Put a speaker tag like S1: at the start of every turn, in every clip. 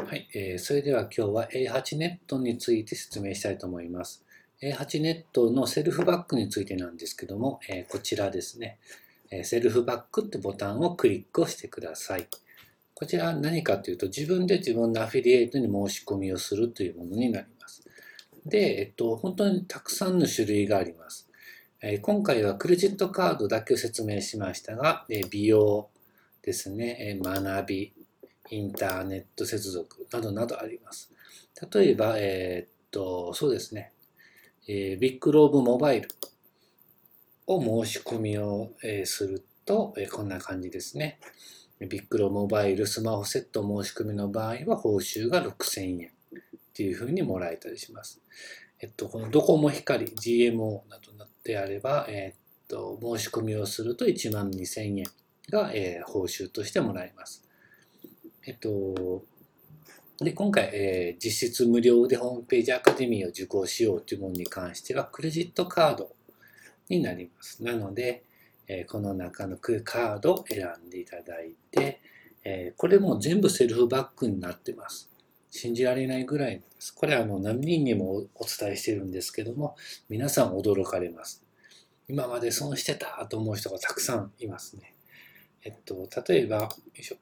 S1: はい、それでは今日は A8 ネットについて説明したいと思います。A8 ネットのセルフバックについてなんですけども、こちらですね、セルフバックってボタンをクリックをしてください。こちらは何かというと、自分で自分のアフィリエイトに申し込みをするというものになります。で、本当にたくさんの種類があります。今回はクレジットカードだけを説明しましたが、美容ですね、学び、インターネット接続などなどあります。例えば、そうですね、ビッグローブモバイルを申し込みをすると、こんな感じですね。ビッグローブモバイルスマホセット申し込みの場合は報酬が6000円っていうふうにもらえたりします。このドコモ光、GMO などであれば、申し込みをすると12000円が、報酬としてもらえます。で今回、実質無料でホームページアカデミーを受講しようというものに関してはクレジットカードになります。なので、この中のカードを選んでいただいて、これも全部セルフバックになってます。信じられないぐらいです。これは何人にもお伝えしているんですけども、皆さん驚かれます。今まで損してたと思う人がたくさんいますね。例えば、よいしょ。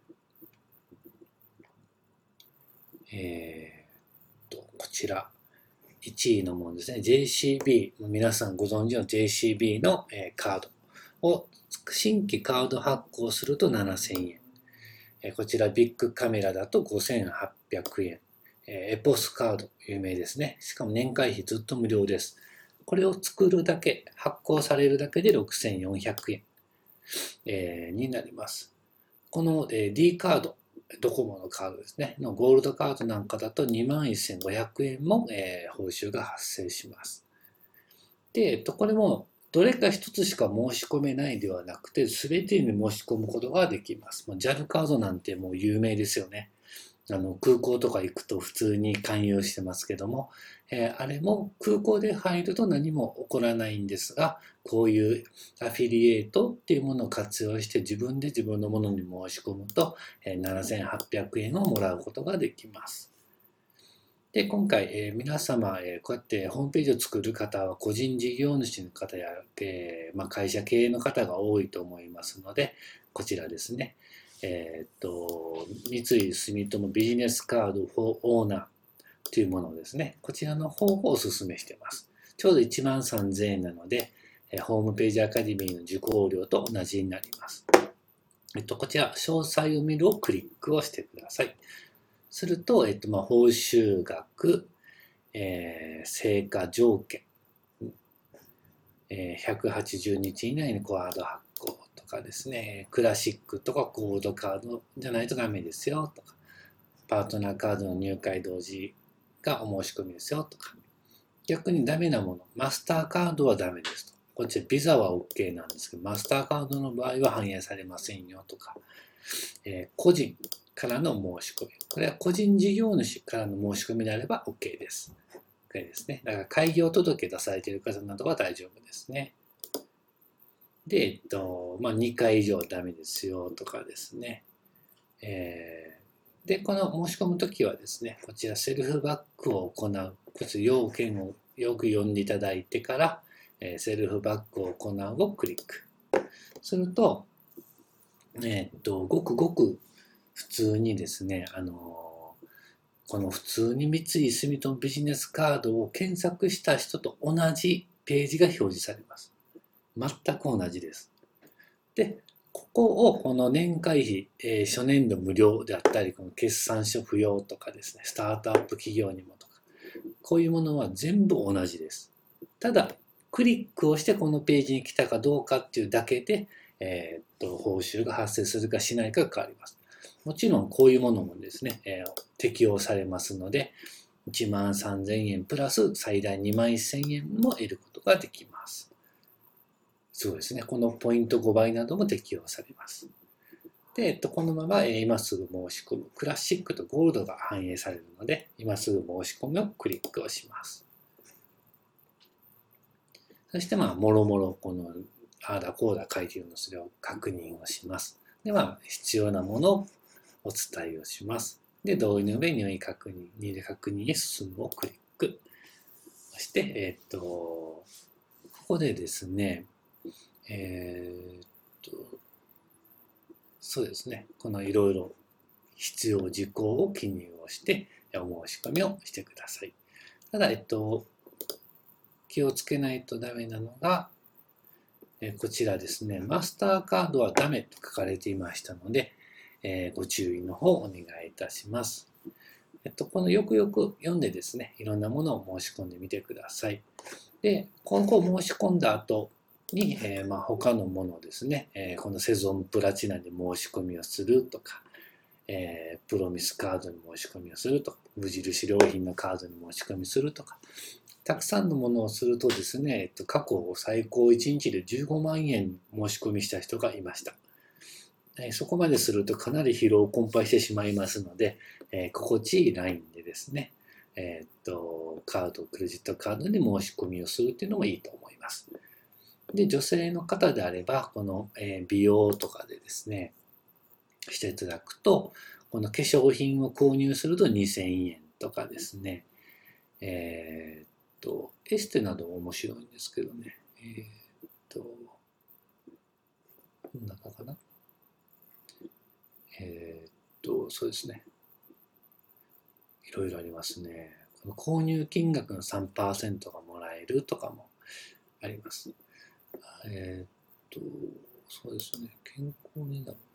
S1: こちら、1位のものですね。JCB、皆さんご存知の JCB のカードを新規カード発行すると7000円。こちらビッグカメラだと5800円。エポスカード、有名ですね。しかも年会費ずっと無料です。これを作るだけ、発行されるだけで6400円、になります。この D カード、ドコモのカードですね、のゴールドカードなんかだと21,500円も、報酬が発生します。で、これもどれか一つしか申し込めないではなくて、すべてに申し込むことができます。JAL カードなんてもう有名ですよね。空港とか行くと普通に勧誘してますけども、あれも空港で入ると何も起こらないんですが、こういうアフィリエイトっていうものを活用して自分で自分のものに申し込むと、7800円をもらうことができます。で、今回、皆様、こうやってホームページを作る方は個人事業主の方や、会社経営の方が多いと思いますので、こちらですね。三井住友ビジネスカードフォーオーナーというものですね。こちらの方をお勧めしています。ちょうど13,000円なので、ホームページアカデミーの受講料と同じになります。こちら、詳細を見るをクリックをしてください。すると、報酬額、成果条件、180日以内にカード発行とかですね、クラシックとかコードカードじゃないとダメですよとか、パートナーカードの入会同時がお申し込みですよとか、逆にダメなもの、マスターカードはダメですと。こっちビザは OK なんですけど、マスターカードの場合は反映されませんよとか、個人からの申し込み。これは個人事業主からの申し込みであれば OK です。OK ですね。だから開業届出されている方などは大丈夫ですね。で、2回以上ダメですよとかですね。で、この申し込むときはですね、こちらセルフバックを行う、こちら要件をよく読んでいただいてから、セルフバックを行うをクリック。すると、ごくごく普通にですね、この普通に三井住友ビジネスカードを検索した人と同じページが表示されます。全く同じです。で、ここをこの年会費、初年度無料であったり、この決算書不要とかですね、スタートアップ企業にもとか、こういうものは全部同じです。ただ、クリックをしてこのページに来たかどうかっていうだけで、報酬が発生するかしないかが変わります。もちろんこういうものもですね、適用されますので、13,000円プラス最大21,000円も得ることができます。そうですね。このポイント5倍なども適用されます。で、このまま今すぐ申し込む、クラシックとゴールドが反映されるので、今すぐ申し込みをクリックをします。そして、もろもろ、この、ああだこうだ書いているのそれを確認をします。で、必要なものをお伝えをします。 で、同意の上入力確認へ進むをクリック。そして、ここでですね、そうですね、このいろいろ必要事項を記入をして、お申し込みをしてください。ただ、気をつけないとダメなのが、こちらですね、マスターカードはダメと書かれていましたので、ご注意の方お願いいたします。このよくよく読んでですね、いろんなものを申し込んでみてください。で、今後申し込んだ後に、他のものですね、このセゾンプラチナで申し込みをするとか、プロミスカードに申し込みをするとか、無印良品のカードに申し込みするとか、たくさんのものをするとですね、過去最高1日で15万円申し込みした人がいました。そこまでするとかなり疲労困憊してしまいますので、心地いいラインでですね、カード、クレジットカードに申し込みをするっていうのもいいと思います。で、女性の方であれば、この美容とかでですね、していただくと、この化粧品を購入すると2000円とかですね、エステなど面白いんですけどね、この中かな。そうですね。いろいろありますね。この購入金額の 3% がもらえるとかもあります。そうですね。健康になる。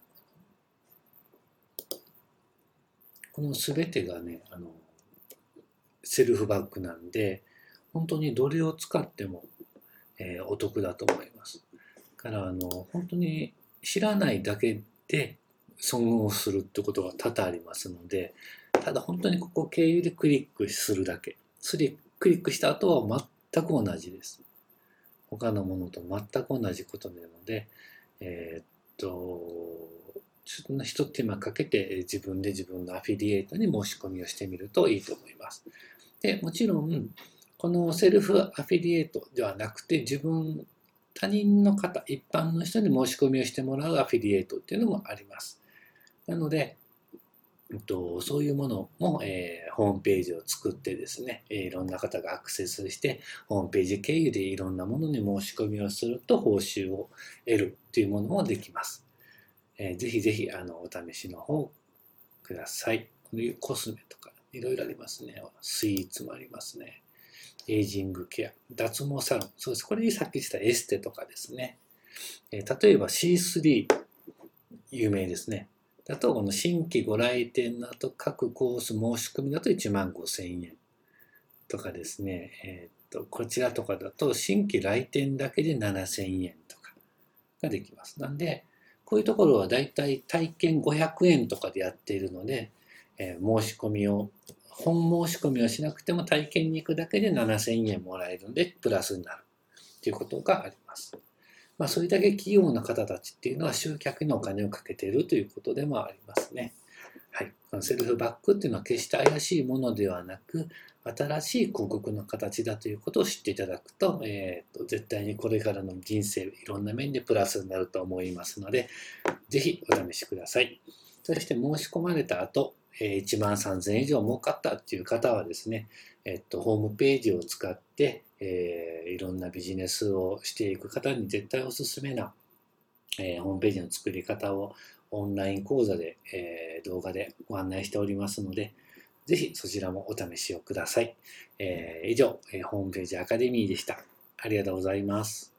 S1: このすべてがね、セルフバッグなんで、本当にどれを使っても、お得だと思います。だから、本当に知らないだけで損をするってことが多々ありますので、ただ本当にここ経由でクリックするだけ。クリックした後は全く同じです。他のものと全く同じことなので、ちょっと一手間かけて自分で自分のアフィリエイトに申し込みをしてみるといいと思います。で、もちろん、このセルフアフィリエイトではなくて、他人の方、一般の人に申し込みをしてもらうアフィリエイトっていうのもあります。なので、そういうものも、ホームページを作ってですね、いろんな方がアクセスして、ホームページ経由でいろんなものに申し込みをすると報酬を得るというものもできます。ぜひぜひお試しの方ください。こういうコスメとかいろいろありますね。スイーツもありますね。エイジングケア、脱毛サロン。そうです。これにさっき言ったエステとかですね。例えば C3、有名ですね。だと、この新規ご来店の後、各コース申し込みだと15,000円とかですね。こちらとかだと、新規来店だけで7,000円とかができます。なんで、こういうところはだいたい体験500円とかでやっているので、申し込みを、本申し込みをしなくても体験に行くだけで7,000円もらえるので、プラスになるということがあります。それだけ企業の方たちっていうのは集客にお金をかけているということでもありますね。はい。セルフバックっていうのは決して怪しいものではなく、新しい広告の形だということを知っていただくと、絶対にこれからの人生、いろんな面でプラスになると思いますので、ぜひお試しください。そして申し込まれた後、13,000円以上儲かったっていう方はですね、ホームページを使って、いろんなビジネスをしていく方に絶対おすすめな、ホームページの作り方をオンライン講座で、動画でご案内しておりますので、ぜひそちらもお試しをください。以上、ホームページアカデミーでした。ありがとうございます。